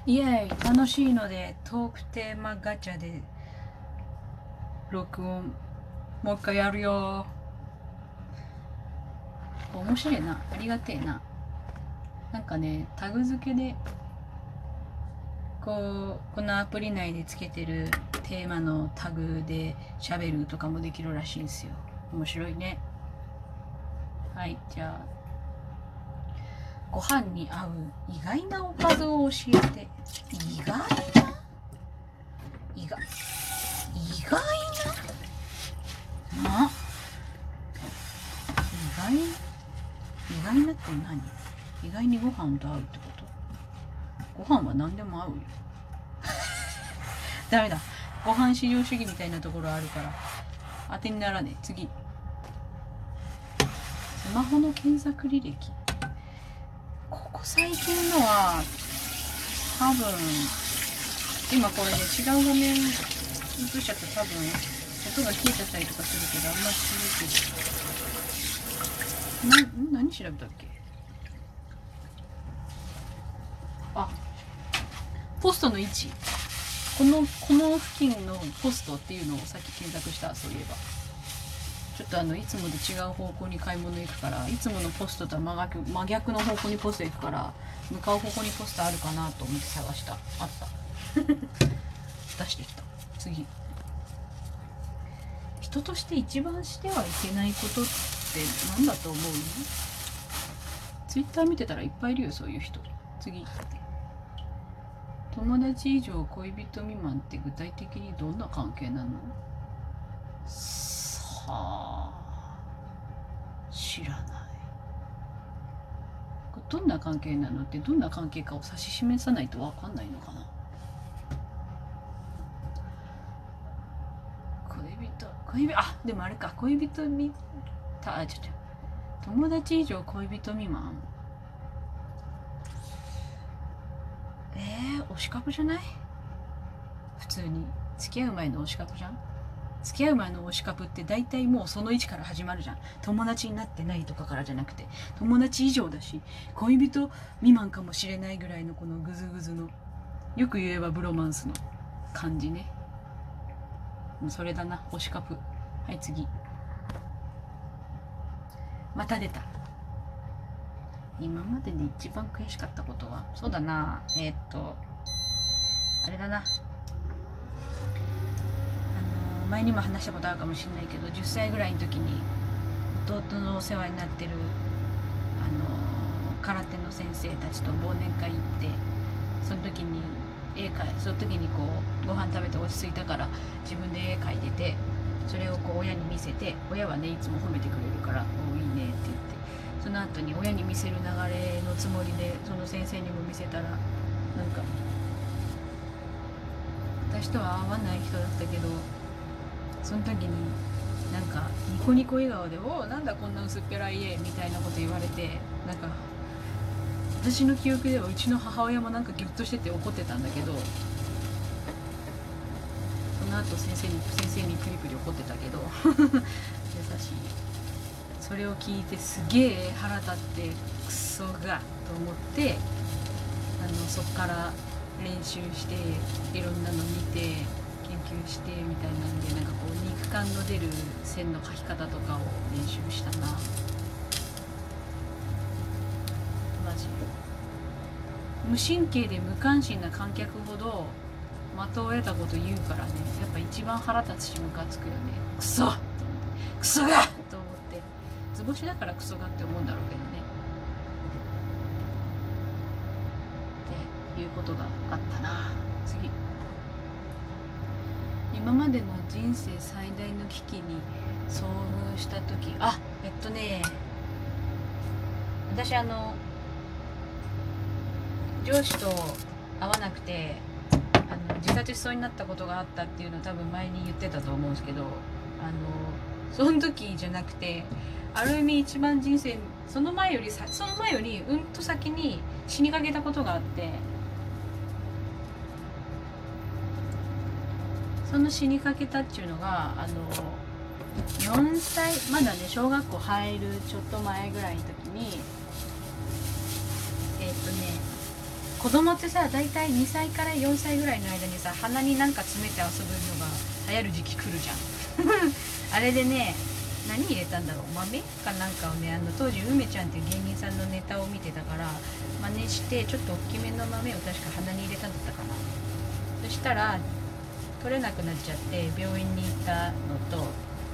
イエーイ、楽しいのでトークテーマガチャで録音もう一回やるよ。面白いな、ありがてえな。なんかね、タグ付けでこのアプリ内でつけてるテーマのタグで喋るとかもできるらしいんですよ。面白いね。はい、じゃあご飯に合う意外なおかずを教えて。意外な意外な意外なって何？意外にご飯と合うってこと？ご飯は何でも合うよ。ダメだ、ご飯至上主義みたいなところあるから当てにならねえ。次、スマホの検索履歴。ここ最近のは多分、今これね違う画面映しちゃったら多分音が消えちゃったりとかするけど、あんまりするけど、何調べたっけ？あ、ポストの位置。この付近のポストっていうのをさっき検索した。そういえばちょっといつもと違う方向に買い物行くから、いつものポストとは真逆の方向にポスト行くから、向かう方向にポストあるかなと思って探した。あった出してきた。次、人として一番してはいけないことって何だと思う？ツイッター見てたらいっぱいいるよ、そういう人。次、友達以上恋人未満って具体的にどんな関係なの？さあ、知らない。どんな関係なのって、どんな関係かを指し示さないと分かんないのかな。恋人、あ、でもあれか、恋人友達以上恋人未満。推し株じゃない？普通に付き合う前の推し株じゃん。付き合う前の推し株って大体もうその位置から始まるじゃん。友達になってないとかからじゃなくて、友達以上だし恋人未満かもしれないぐらいのこのグズグズの、よく言えばブロマンスの感じね。それだな、推し株。はい、次。また出た。今までで一番悔しかったことは、そうだな、あれだな、前にも話したことあるかもしれないけど、10歳ぐらいの時に弟のお世話になってる空手の先生たちと忘年会行って、その時にこうご飯食べて落ち着いたから自分で絵描いてて、それをこう親に見せて、親はねいつも褒めてくれるから「おいいね」って言って、その後に親に見せる流れのつもりでその先生にも見せたら、なんか私とは合わない人だったけど、その時になんかニコニコ笑顔で「おお、なんだこんな薄っぺらい絵」みたいなこと言われて、なんか私の記憶ではうちの母親もなんかギュッとしてて怒ってたんだけど、その後先生にプリプリ怒ってたけど優しい。それを聞いてすげえ腹立って、クソがと思って、そっから練習していろんなの見て研究してみたいなんで、なんかこう肉感の出る線の描き方とかを練習したな。マジ無神経で無関心な観客ほど的を得たこと言うからね、やっぱ一番腹立つしムカつくよね。クソクソがと思って、図星だからクソがって思うんだろうけどね。っていうことがあったな。次、今までの人生最大の危機に遭遇した時、私上司と会わなくて自殺しそうになったことがあったっていうのを多分前に言ってたと思うんですけど、その時じゃなくて、ある意味一番人生その前よりうんと先に死にかけたことがあって、その死にかけたっていうのが4歳、まだね小学校入るちょっと前ぐらいの時に、 子供ってさ、だいたい2歳から4歳ぐらいの間にさ、鼻になんか詰めて遊ぶのが流行る時期来るじゃんあれでね、何入れたんだろう、豆かなんかをね、当時梅ちゃんっていう芸人さんのネタを見てたから真似して、ちょっと大きめの豆を確か鼻に入れたんだったかな。そしたら取れなくなっちゃって病院に行ったのと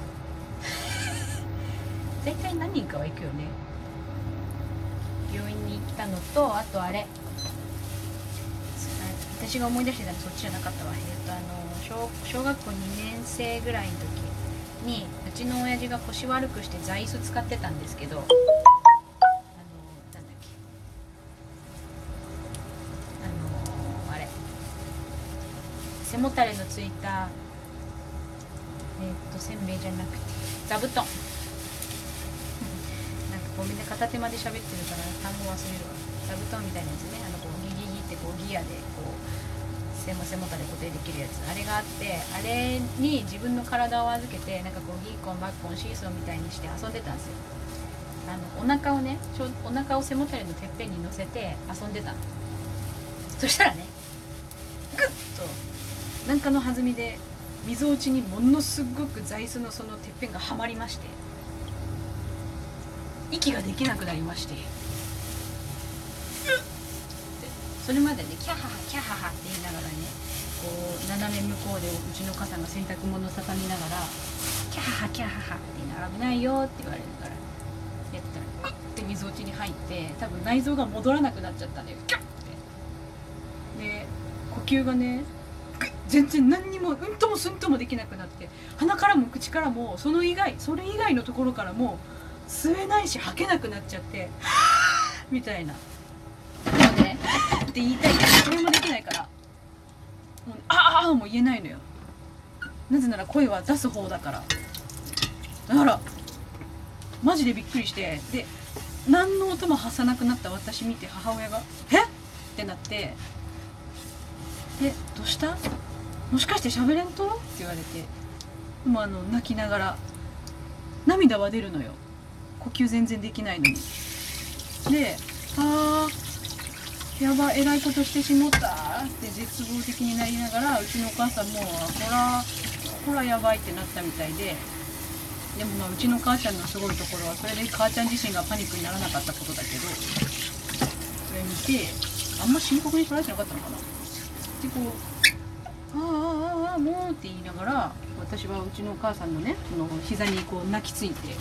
大体何人かは行くよね。病院に行ったのと、あとあれ、私が思い出してたのそっちじゃなかったわ。小学校2年生ぐらいの時にうちの親父が腰悪くして座椅子使ってたんですけど、なんだっけ、あれ、背もたれのついたせんべいじゃなくて座布団なんかごめんね、片手まで喋ってるから単語忘れるわ。座布団みたいなやつね、こうギギギってこうギアでこう背もたれ固定できるやつ、あれがあって、あれに自分の体を預けて、なんかこうギーコンバッコンシーソーみたいにして遊んでたんですよ。お腹をね、お腹を背もたれのてっぺんに乗せて遊んでたの。そしたらね、グッとなんかの弾みでみぞおちにものすごく座椅子のそのてっぺんがはまりまして、息ができなくなりまして、それまでね、キャハハキャハハって言いながらね、こう斜め向こうでうちの母さんが洗濯物を畳みながらキャハハキャハハって言いながら、危ないよって言われるからやったらグッてみぞおちに入って、多分内臓が戻らなくなっちゃったんだよ、キャッて。で呼吸がね、全然何にもうんともすんともできなくなって、鼻からも口からもそれ以外のところからも吸えないし吐けなくなっちゃって、はぁみたいな。でもねって言いたいけどそれもできないから、もうああも言えないのよ。なぜなら声は出す方だから。だからマジでびっくりして、で何の音も発さなくなった私見て母親が「えっ?」ってなって、で「どうした？もしかして喋れんと?」って言われて、でも泣きながら、涙は出るのよ、呼吸全然できないのに。でやばい、えらいことしてしもったって絶望的になりながら、うちのお母さんもほらやばいってなったみたいで、でもうちの母ちゃんのすごいところは、それで母ちゃん自身がパニックにならなかったことだけど、それ見てあんま深刻に捉えてなかったのかな。でこうもうって言いながら、私はうちのお母さんのね、その膝にこう泣きついて、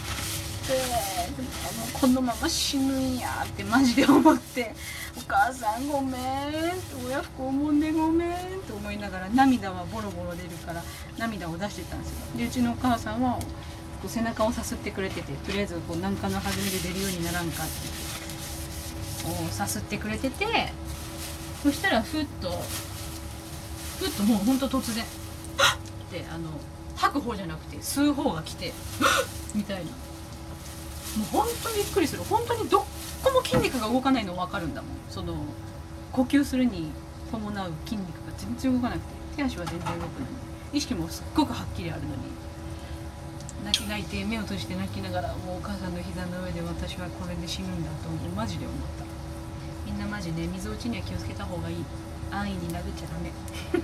このまま死ぬんやってマジで思って、お母さんごめん、親不孝もんでごめんって思いながら、涙はボロボロ出るから涙を出してたんですよ。でうちのお母さんはこう背中をさすってくれてて、とりあえずこう何かの弾みで出るようにならんかってこうさすってくれてて、そしたらふっともうほんと突然って吐く方じゃなくて吸う方が来てみたいな。もう本当にびっくりする。本当にどこも筋肉が動かないの分かるんだもん。その呼吸するに伴う筋肉が全然動かなくて、手足は全然動くのに、意識もすっごくはっきりあるのに、泣いて目を閉じて泣きながら、もうお母さんの膝の上で私はこれで死ぬんだと思う。マジで思った。みんなマジでみぞおちには気をつけた方がいい。安易に殴っちゃダメ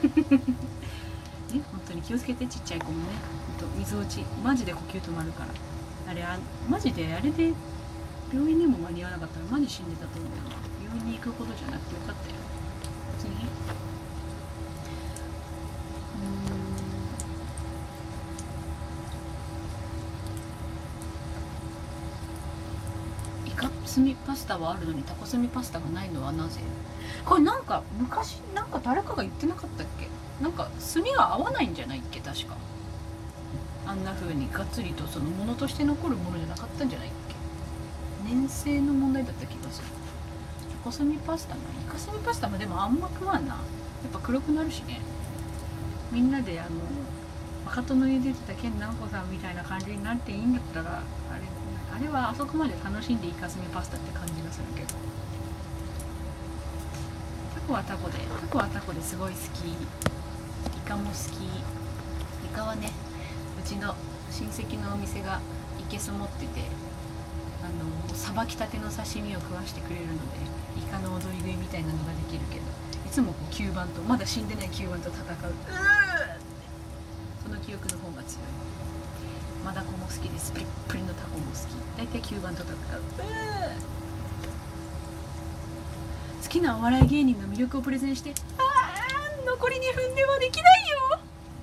本当に気をつけて、ちっちゃい子もね。みぞおちマジで呼吸止まるから。マジであれで病院にも間に合わなかったらマジ死んでたと思うよ。病院に行くほどじゃなくてよかったよ。次イカスミパスタはあるのにタコスミパスタがないのはなぜ？これなんか昔なんか誰かが言ってなかったっけ？なんか炭が合わないんじゃないっけ、確か。あんな風にがっつりとそのものとして残るものじゃなかったんじゃないっけ。粘性の問題だった気がする。タコスミパスタな、イカスミパスタもでもあんま食わんな。やっぱ黒くなるしね。みんなで若殿に出てた健直子さんみたいな感じになっていいんだったら、あれはあそこまで楽しんでイカスミパスタって感じがするけど、タコはタコですごい好き。イカも好き。イカはね、うちの親戚のお店がいけす持ってて、 さばきたての刺身を食わしてくれるのでイカの踊り食いみたいなのができるけど、いつもこう吸盤とまだ死んでない吸盤と戦うその記憶の方が強い。マダコも好きです。プリップリのタコも好き。大体吸盤と戦う。好きなお笑い芸人の魅力をプレゼンして、残り2分ではできないよ。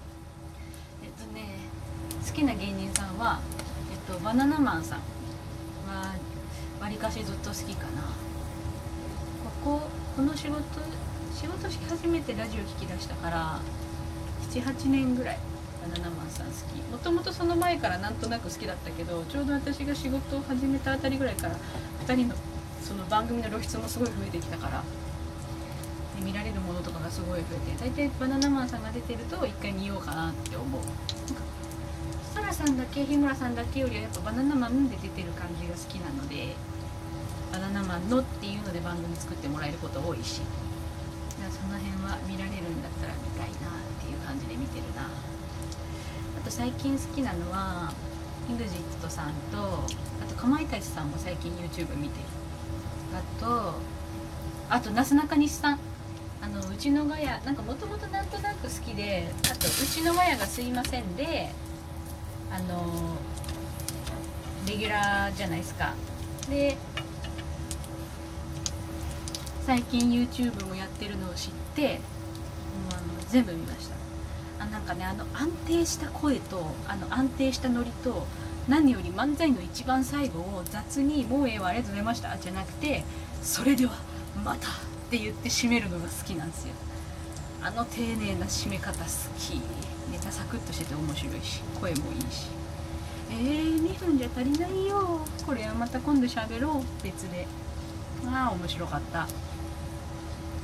好きな芸人さんは、バナナマンさんはわりかしずっと好きかな。この仕事し始めてラジオ聞き出したから7、8年ぐらいバナナマンさん好き。もともとその前からなんとなく好きだったけど、ちょうど私が仕事を始めたあたりぐらいから2人のその番組の露出もすごい増えてきたから、見られるものとかがすごい増えて、大体バナナマンさんが出てると一回見ようかなって思う。サラさんだけ日村さんだけよりはやっぱバナナマンで出てる感じが好きなので、バナナマンのっていうので番組作ってもらえること多いし、その辺は見られるんだったら見たいなっていう感じで見てるな。あと最近好きなのは EXIT さんと、あとかまいたちさんも最近 YouTube 見てる。あとなすなかにしさん、うちのガヤなんかもともとなんとなく好きで、あとうちのガヤがすいませんでレギュラーじゃないですか。で最近 YouTube もやってるのを知って、全部見ました。なんかね、安定した声と安定したノリと、何より漫才の一番最後を雑に「もうええわありがとうございました」じゃなくて「それではまた」って言って締めるのが好きなんですよ。丁寧な締め方好き。ネタサクッとしてて面白いし、声もいいし。2分じゃ足りないよ、これはまた今度喋ろう別で。面白かった。